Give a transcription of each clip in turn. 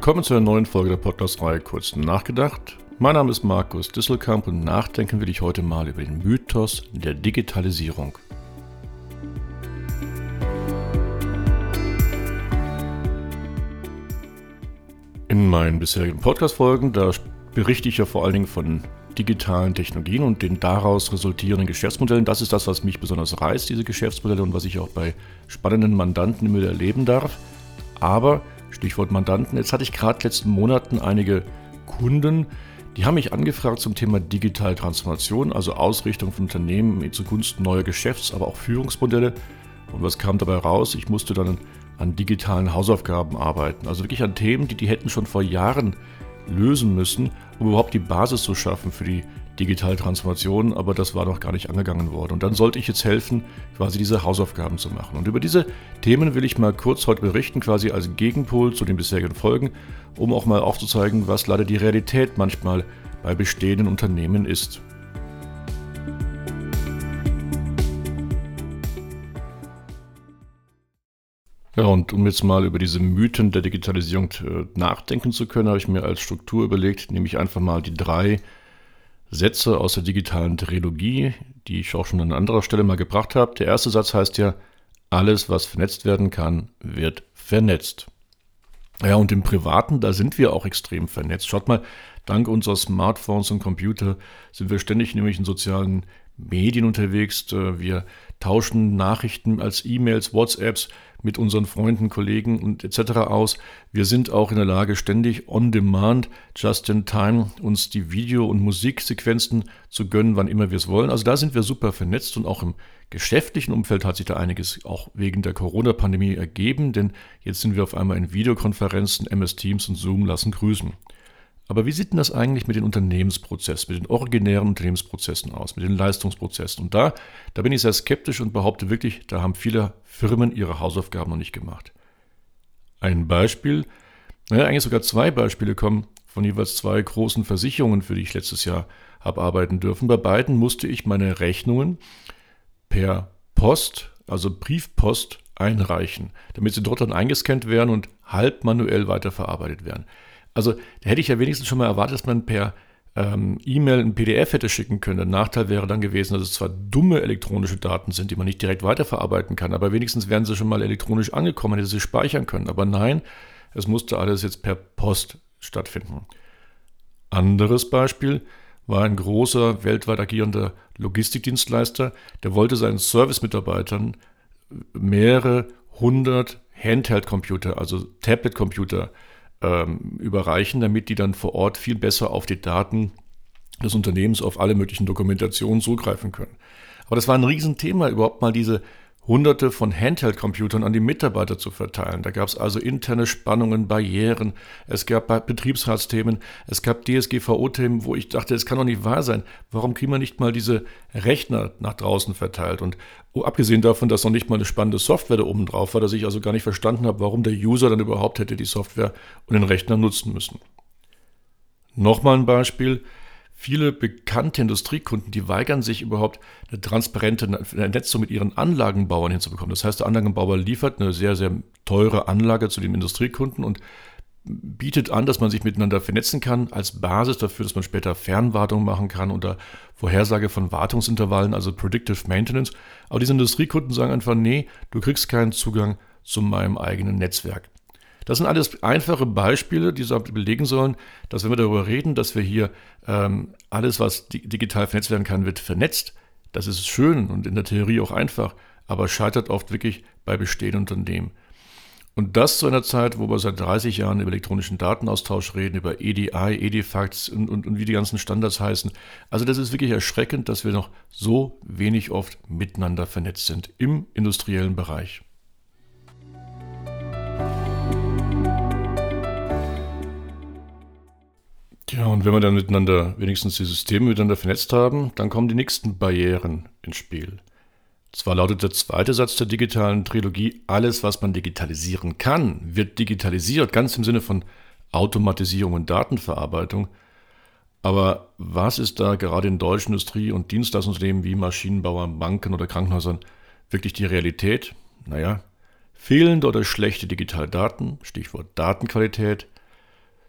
Willkommen zu einer neuen Folge der Podcast-Reihe Kurz nachgedacht. Mein Name ist Markus Disselkamp und nachdenken will ich heute mal über den Mythos der Digitalisierung. In meinen bisherigen Podcast-Folgen, da berichte ich ja vor allen Dingen von digitalen Technologien und den daraus resultierenden Geschäftsmodellen. Das ist das, was mich besonders reizt, diese Geschäftsmodelle, und was ich auch bei spannenden Mandanten immer wieder erleben darf. Aber, Stichwort Mandanten, jetzt hatte ich gerade in den letzten Monaten einige Kunden, die haben mich angefragt zum Thema digitale Transformation, also Ausrichtung von Unternehmen zugunsten neuer Geschäfts-, aber auch Führungsmodelle. Und was kam dabei raus? Ich musste dann an digitalen Hausaufgaben arbeiten, also wirklich an Themen, die hätten schon vor Jahren lösen müssen, um überhaupt die Basis zu schaffen für die digitale Transformation, aber das war noch gar nicht angegangen worden. Und dann sollte ich jetzt helfen, quasi diese Hausaufgaben zu machen. Und über diese Themen will ich mal kurz heute berichten, quasi als Gegenpol zu den bisherigen Folgen, um auch mal aufzuzeigen, was leider die Realität manchmal bei bestehenden Unternehmen ist. Ja, und um jetzt mal über diese Mythen der Digitalisierung nachdenken zu können, habe ich mir als Struktur überlegt, nehme ich einfach mal die 3 Sätze aus der digitalen Trilogie, die ich auch schon an anderer Stelle mal gebracht habe. Der erste Satz heißt ja, alles, was vernetzt werden kann, wird vernetzt. Ja, und im Privaten, da sind wir auch extrem vernetzt. Schaut mal, dank unserer Smartphones und Computer sind wir ständig nämlich in sozialen Medien unterwegs. Wir tauschen Nachrichten als E-Mails, WhatsApps mit unseren Freunden, Kollegen und etc. aus. Wir sind auch in der Lage, ständig on demand, just in time, uns die Video- und Musiksequenzen zu gönnen, wann immer wir es wollen. Also da sind wir super vernetzt, und auch im geschäftlichen Umfeld hat sich da einiges auch wegen der Corona-Pandemie ergeben, denn jetzt sind wir auf einmal in Videokonferenzen, MS Teams und Zoom lassen grüßen. Aber wie sieht denn das eigentlich mit den Unternehmensprozessen, mit den originären Unternehmensprozessen aus, mit den Leistungsprozessen? Und da bin ich sehr skeptisch und behaupte wirklich, da haben viele Firmen ihre Hausaufgaben noch nicht gemacht. Ein Beispiel, eigentlich sogar 2 Beispiele kommen von jeweils 2 großen Versicherungen, für die ich letztes Jahr habe arbeiten dürfen. Bei beiden musste ich meine Rechnungen per Post, also Briefpost, einreichen, damit sie dort dann eingescannt werden und halb manuell weiterverarbeitet werden. Also da hätte ich ja wenigstens schon mal erwartet, dass man per E-Mail ein PDF hätte schicken können. Der Nachteil wäre dann gewesen, dass es zwar dumme elektronische Daten sind, die man nicht direkt weiterverarbeiten kann, aber wenigstens wären sie schon mal elektronisch angekommen, hätte sie speichern können. Aber nein, es musste alles jetzt per Post stattfinden. Anderes Beispiel war ein großer, weltweit agierender Logistikdienstleister, der wollte seinen Service-Mitarbeitern mehrere 100 Handheld-Computer, also Tablet-Computer, überreichen, damit die dann vor Ort viel besser auf die Daten des Unternehmens, auf alle möglichen Dokumentationen zugreifen können. Aber das war ein Riesenthema, überhaupt mal diese Hunderte von Handheld-Computern an die Mitarbeiter zu verteilen. Da gab es also interne Spannungen, Barrieren, es gab Betriebsratsthemen, es gab DSGVO-Themen, wo ich dachte, es kann doch nicht wahr sein. Warum kriegen wir nicht mal diese Rechner nach draußen verteilt? Und abgesehen davon, dass noch nicht mal eine spannende Software da oben drauf war, dass ich also gar nicht verstanden habe, warum der User dann überhaupt hätte die Software und den Rechner nutzen müssen. Nochmal ein Beispiel. Viele bekannte Industriekunden, die weigern sich überhaupt, eine transparente Vernetzung mit ihren Anlagenbauern hinzubekommen. Das heißt, der Anlagenbauer liefert eine sehr, sehr teure Anlage zu dem Industriekunden und bietet an, dass man sich miteinander vernetzen kann, als Basis dafür, dass man später Fernwartung machen kann oder Vorhersage von Wartungsintervallen, also Predictive Maintenance. Aber diese Industriekunden sagen einfach, nee, du kriegst keinen Zugang zu meinem eigenen Netzwerk. Das sind alles einfache Beispiele, die so belegen sollen, dass wenn wir darüber reden, dass wir hier alles, was digital vernetzt werden kann, wird vernetzt. Das ist schön und in der Theorie auch einfach, aber scheitert oft wirklich bei bestehenden Unternehmen. Und das zu einer Zeit, wo wir seit 30 Jahren über elektronischen Datenaustausch reden, über EDI, Edifax und wie die ganzen Standards heißen. Also das ist wirklich erschreckend, dass wir noch so wenig oft miteinander vernetzt sind im industriellen Bereich. Ja, und wenn wir dann wenigstens die Systeme miteinander vernetzt haben, dann kommen die nächsten Barrieren ins Spiel. Zwar lautet der zweite Satz der digitalen Trilogie, alles, was man digitalisieren kann, wird digitalisiert, ganz im Sinne von Automatisierung und Datenverarbeitung. Aber was ist da gerade in deutschen Industrie- und Dienstleistungsunternehmen wie Maschinenbauern, Banken oder Krankenhäusern wirklich die Realität? Fehlende oder schlechte digitale Daten, Stichwort Datenqualität,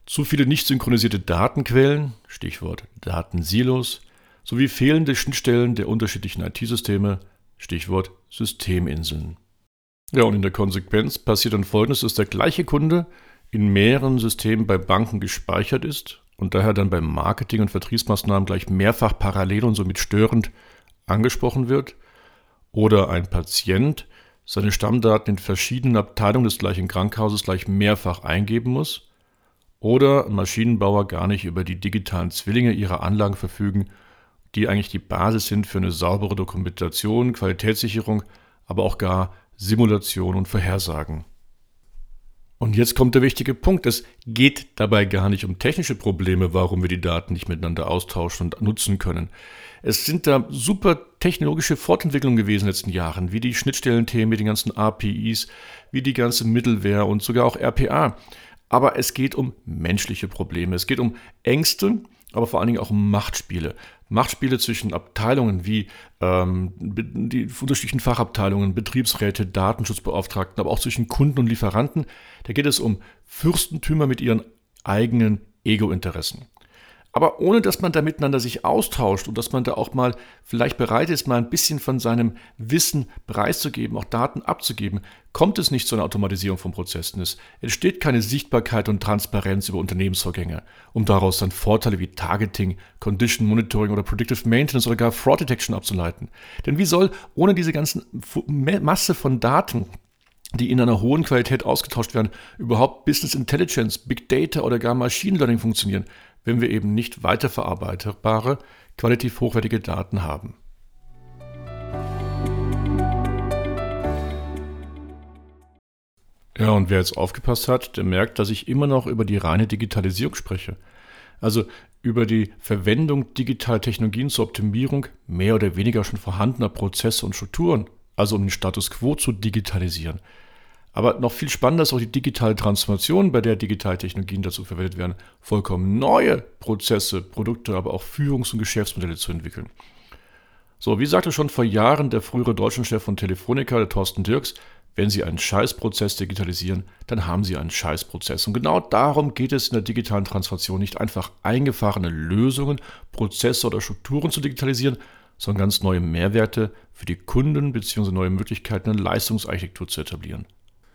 zu viele nicht synchronisierte Datenquellen, Stichwort Datensilos, sowie fehlende Schnittstellen der unterschiedlichen IT-Systeme, Stichwort Systeminseln. Ja, und in der Konsequenz passiert dann Folgendes, dass der gleiche Kunde in mehreren Systemen bei Banken gespeichert ist und daher dann beim Marketing- und Vertriebsmaßnahmen gleich mehrfach parallel und somit störend angesprochen wird. Oder ein Patient seine Stammdaten in verschiedenen Abteilungen des gleichen Krankenhauses gleich mehrfach eingeben muss. Oder ein Maschinenbauer gar nicht über die digitalen Zwillinge ihrer Anlagen verfügen, die eigentlich die Basis sind für eine saubere Dokumentation, Qualitätssicherung, aber auch gar Simulation und Vorhersagen. Und jetzt kommt der wichtige Punkt. Es geht dabei gar nicht um technische Probleme, warum wir die Daten nicht miteinander austauschen und nutzen können. Es sind da super technologische Fortentwicklungen gewesen in den letzten Jahren, wie die Schnittstellenthemen mit den ganzen APIs, wie die ganze Middleware und sogar auch RPA. Aber es geht um menschliche Probleme. Es geht um Ängste, aber vor allen Dingen auch um Machtspiele. Machtspiele zwischen Abteilungen wie die unterschiedlichen Fachabteilungen, Betriebsräte, Datenschutzbeauftragten, aber auch zwischen Kunden und Lieferanten. Da geht es um Fürstentümer mit ihren eigenen Ego-Interessen. Aber ohne, dass man da miteinander sich austauscht und dass man da auch mal vielleicht bereit ist, mal ein bisschen von seinem Wissen preiszugeben, auch Daten abzugeben, kommt es nicht zu einer Automatisierung von Prozessen. Es entsteht keine Sichtbarkeit und Transparenz über Unternehmensvorgänge, um daraus dann Vorteile wie Targeting, Condition Monitoring oder Predictive Maintenance oder gar Fraud Detection abzuleiten. Denn wie soll ohne diese ganzen Masse von Daten, die in einer hohen Qualität ausgetauscht werden, überhaupt Business Intelligence, Big Data oder gar Machine Learning funktionieren, wenn wir eben nicht weiterverarbeitbare, qualitativ hochwertige Daten haben. Ja, und wer jetzt aufgepasst hat, der merkt, dass ich immer noch über die reine Digitalisierung spreche. Also über die Verwendung digitaler Technologien zur Optimierung mehr oder weniger schon vorhandener Prozesse und Strukturen, also um den Status quo zu digitalisieren. Aber noch viel spannender ist auch die digitale Transformation, bei der digitale Technologien dazu verwendet werden, vollkommen neue Prozesse, Produkte, aber auch Führungs- und Geschäftsmodelle zu entwickeln. So, wie sagte schon vor Jahren der frühere Deutschlandchef von Telefonica, der Thorsten Dirks, wenn Sie einen Scheißprozess digitalisieren, dann haben Sie einen Scheißprozess. Und genau darum geht es in der digitalen Transformation, nicht einfach eingefahrene Lösungen, Prozesse oder Strukturen zu digitalisieren, sondern ganz neue Mehrwerte für die Kunden bzw. neue Möglichkeiten in der Leistungsarchitektur zu etablieren.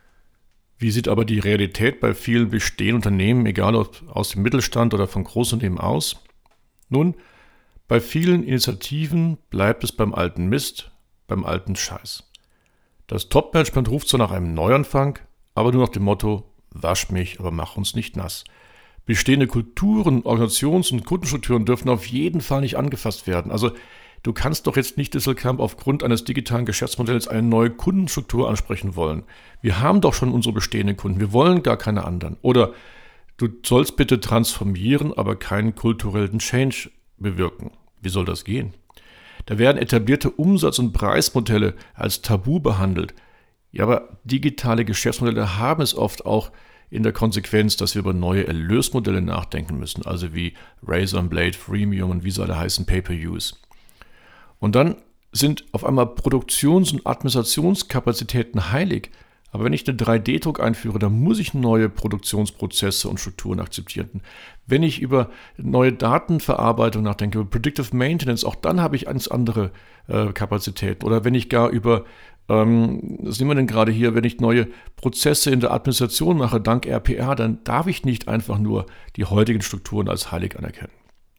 Wie sieht aber die Realität bei vielen bestehenden Unternehmen, egal ob aus dem Mittelstand oder von Großunternehmen, aus? Nun, bei vielen Initiativen bleibt es beim alten Mist, beim alten Scheiß. Das Top-Management ruft zwar nach einem Neuanfang, aber nur nach dem Motto, wasch mich, aber mach uns nicht nass. Bestehende Kulturen, Organisations- und Kundenstrukturen dürfen auf jeden Fall nicht angefasst werden. Also du kannst doch jetzt nicht Distelkamp aufgrund eines digitalen Geschäftsmodells eine neue Kundenstruktur ansprechen wollen. Wir haben doch schon unsere bestehenden Kunden, wir wollen gar keine anderen. Oder du sollst bitte transformieren, aber keinen kulturellen Change bewirken. Wie soll das gehen? Da werden etablierte Umsatz- und Preismodelle als Tabu behandelt. Ja, aber digitale Geschäftsmodelle haben es oft auch in der Konsequenz, dass wir über neue Erlösmodelle nachdenken müssen, also wie Razor and Blade, Freemium und wie sie alle heißen, Pay-per-Use. Und dann sind auf einmal Produktions- und Administrationskapazitäten heilig. Aber wenn ich einen 3D-Druck einführe, dann muss ich neue Produktionsprozesse und Strukturen akzeptieren. Wenn ich über neue Datenverarbeitung nachdenke, über Predictive Maintenance, auch dann habe ich ganz andere Kapazitäten. Oder wenn ich gar über, was nehmen wir denn gerade hier, wenn ich neue Prozesse in der Administration mache, dank RPA, dann darf ich nicht einfach nur die heutigen Strukturen als heilig anerkennen.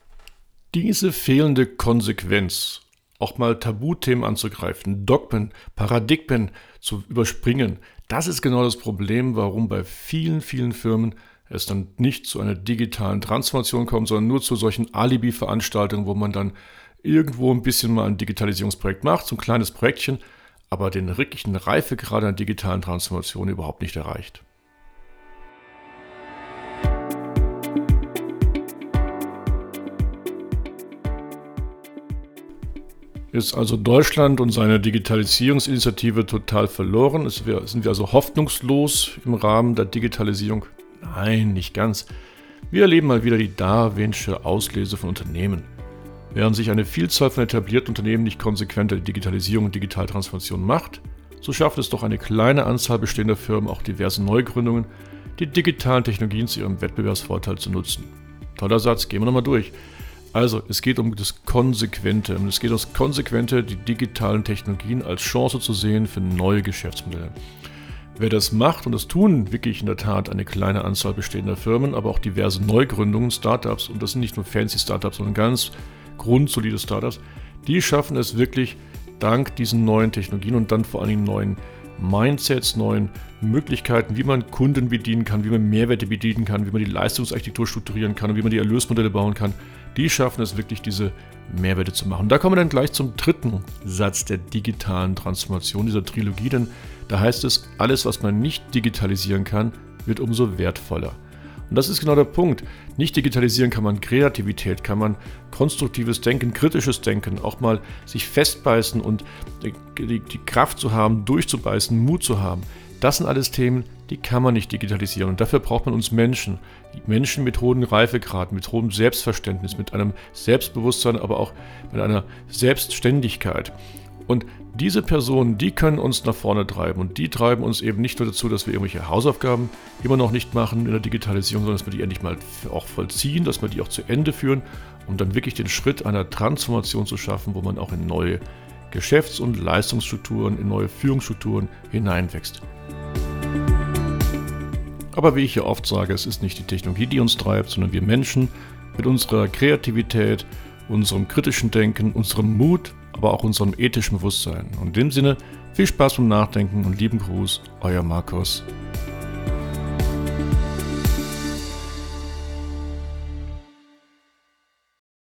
Diese fehlende Konsequenz, auch mal Tabuthemen anzugreifen, Dogmen, Paradigmen zu überspringen, das ist genau das Problem, warum bei vielen, vielen Firmen es dann nicht zu einer digitalen Transformation kommt, sondern nur zu solchen Alibi-Veranstaltungen, wo man dann irgendwo ein bisschen mal ein Digitalisierungsprojekt macht, so ein kleines Projektchen, aber den wirklichen Reifegrad einer digitalen Transformation überhaupt nicht erreicht. Ist also Deutschland und seine Digitalisierungsinitiative total verloren? Sind wir also hoffnungslos im Rahmen der Digitalisierung? Nein, nicht ganz. Wir erleben mal wieder die darwinsche Auslese von Unternehmen. Während sich eine Vielzahl von etablierten Unternehmen nicht konsequent der Digitalisierung und Digitaltransformation macht, so schafft es doch eine kleine Anzahl bestehender Firmen auch diverse Neugründungen, die digitalen Technologien zu ihrem Wettbewerbsvorteil zu nutzen. Toller Satz, gehen wir nochmal durch. Also, es geht um das Konsequente. Es geht um das Konsequente, die digitalen Technologien als Chance zu sehen für neue Geschäftsmodelle. Wer das macht, und das tun wirklich in der Tat eine kleine Anzahl bestehender Firmen, aber auch diverse Neugründungen, Startups, und das sind nicht nur fancy Startups, sondern ganz grundsolide Startups, die schaffen es wirklich dank diesen neuen Technologien und dann vor allen Dingen neuen Mindsets, neuen Möglichkeiten, wie man Kunden bedienen kann, wie man Mehrwerte bedienen kann, wie man die Leistungsarchitektur strukturieren kann und wie man die Erlösmodelle bauen kann. Die schaffen es wirklich, diese Mehrwerte zu machen. Und da kommen wir dann gleich zum dritten Satz der digitalen Transformation, dieser Trilogie, denn da heißt es, alles, was man nicht digitalisieren kann, wird umso wertvoller. Und das ist genau der Punkt. Nicht digitalisieren kann man Kreativität, kann man konstruktives Denken, kritisches Denken, auch mal sich festbeißen und die Kraft zu haben, durchzubeißen, Mut zu haben. Das sind alles Themen, die kann man nicht digitalisieren. Und dafür braucht man uns Menschen. Menschen mit hohem Reifegrad, mit hohem Selbstverständnis, mit einem Selbstbewusstsein, aber auch mit einer Selbstständigkeit. Und diese Personen, die können uns nach vorne treiben und die treiben uns eben nicht nur dazu, dass wir irgendwelche Hausaufgaben immer noch nicht machen in der Digitalisierung, sondern dass wir die endlich mal auch vollziehen, dass wir die auch zu Ende führen, um dann wirklich den Schritt einer Transformation zu schaffen, wo man auch in neue Geschäfts- und Leistungsstrukturen, in neue Führungsstrukturen hineinwächst. Aber wie ich ja oft sage, es ist nicht die Technologie, die uns treibt, sondern wir Menschen mit unserer Kreativität, unserem kritischen Denken, unserem Mut, aber auch unserem ethischen Bewusstsein. Und in dem Sinne, viel Spaß beim Nachdenken und lieben Gruß, euer Markus.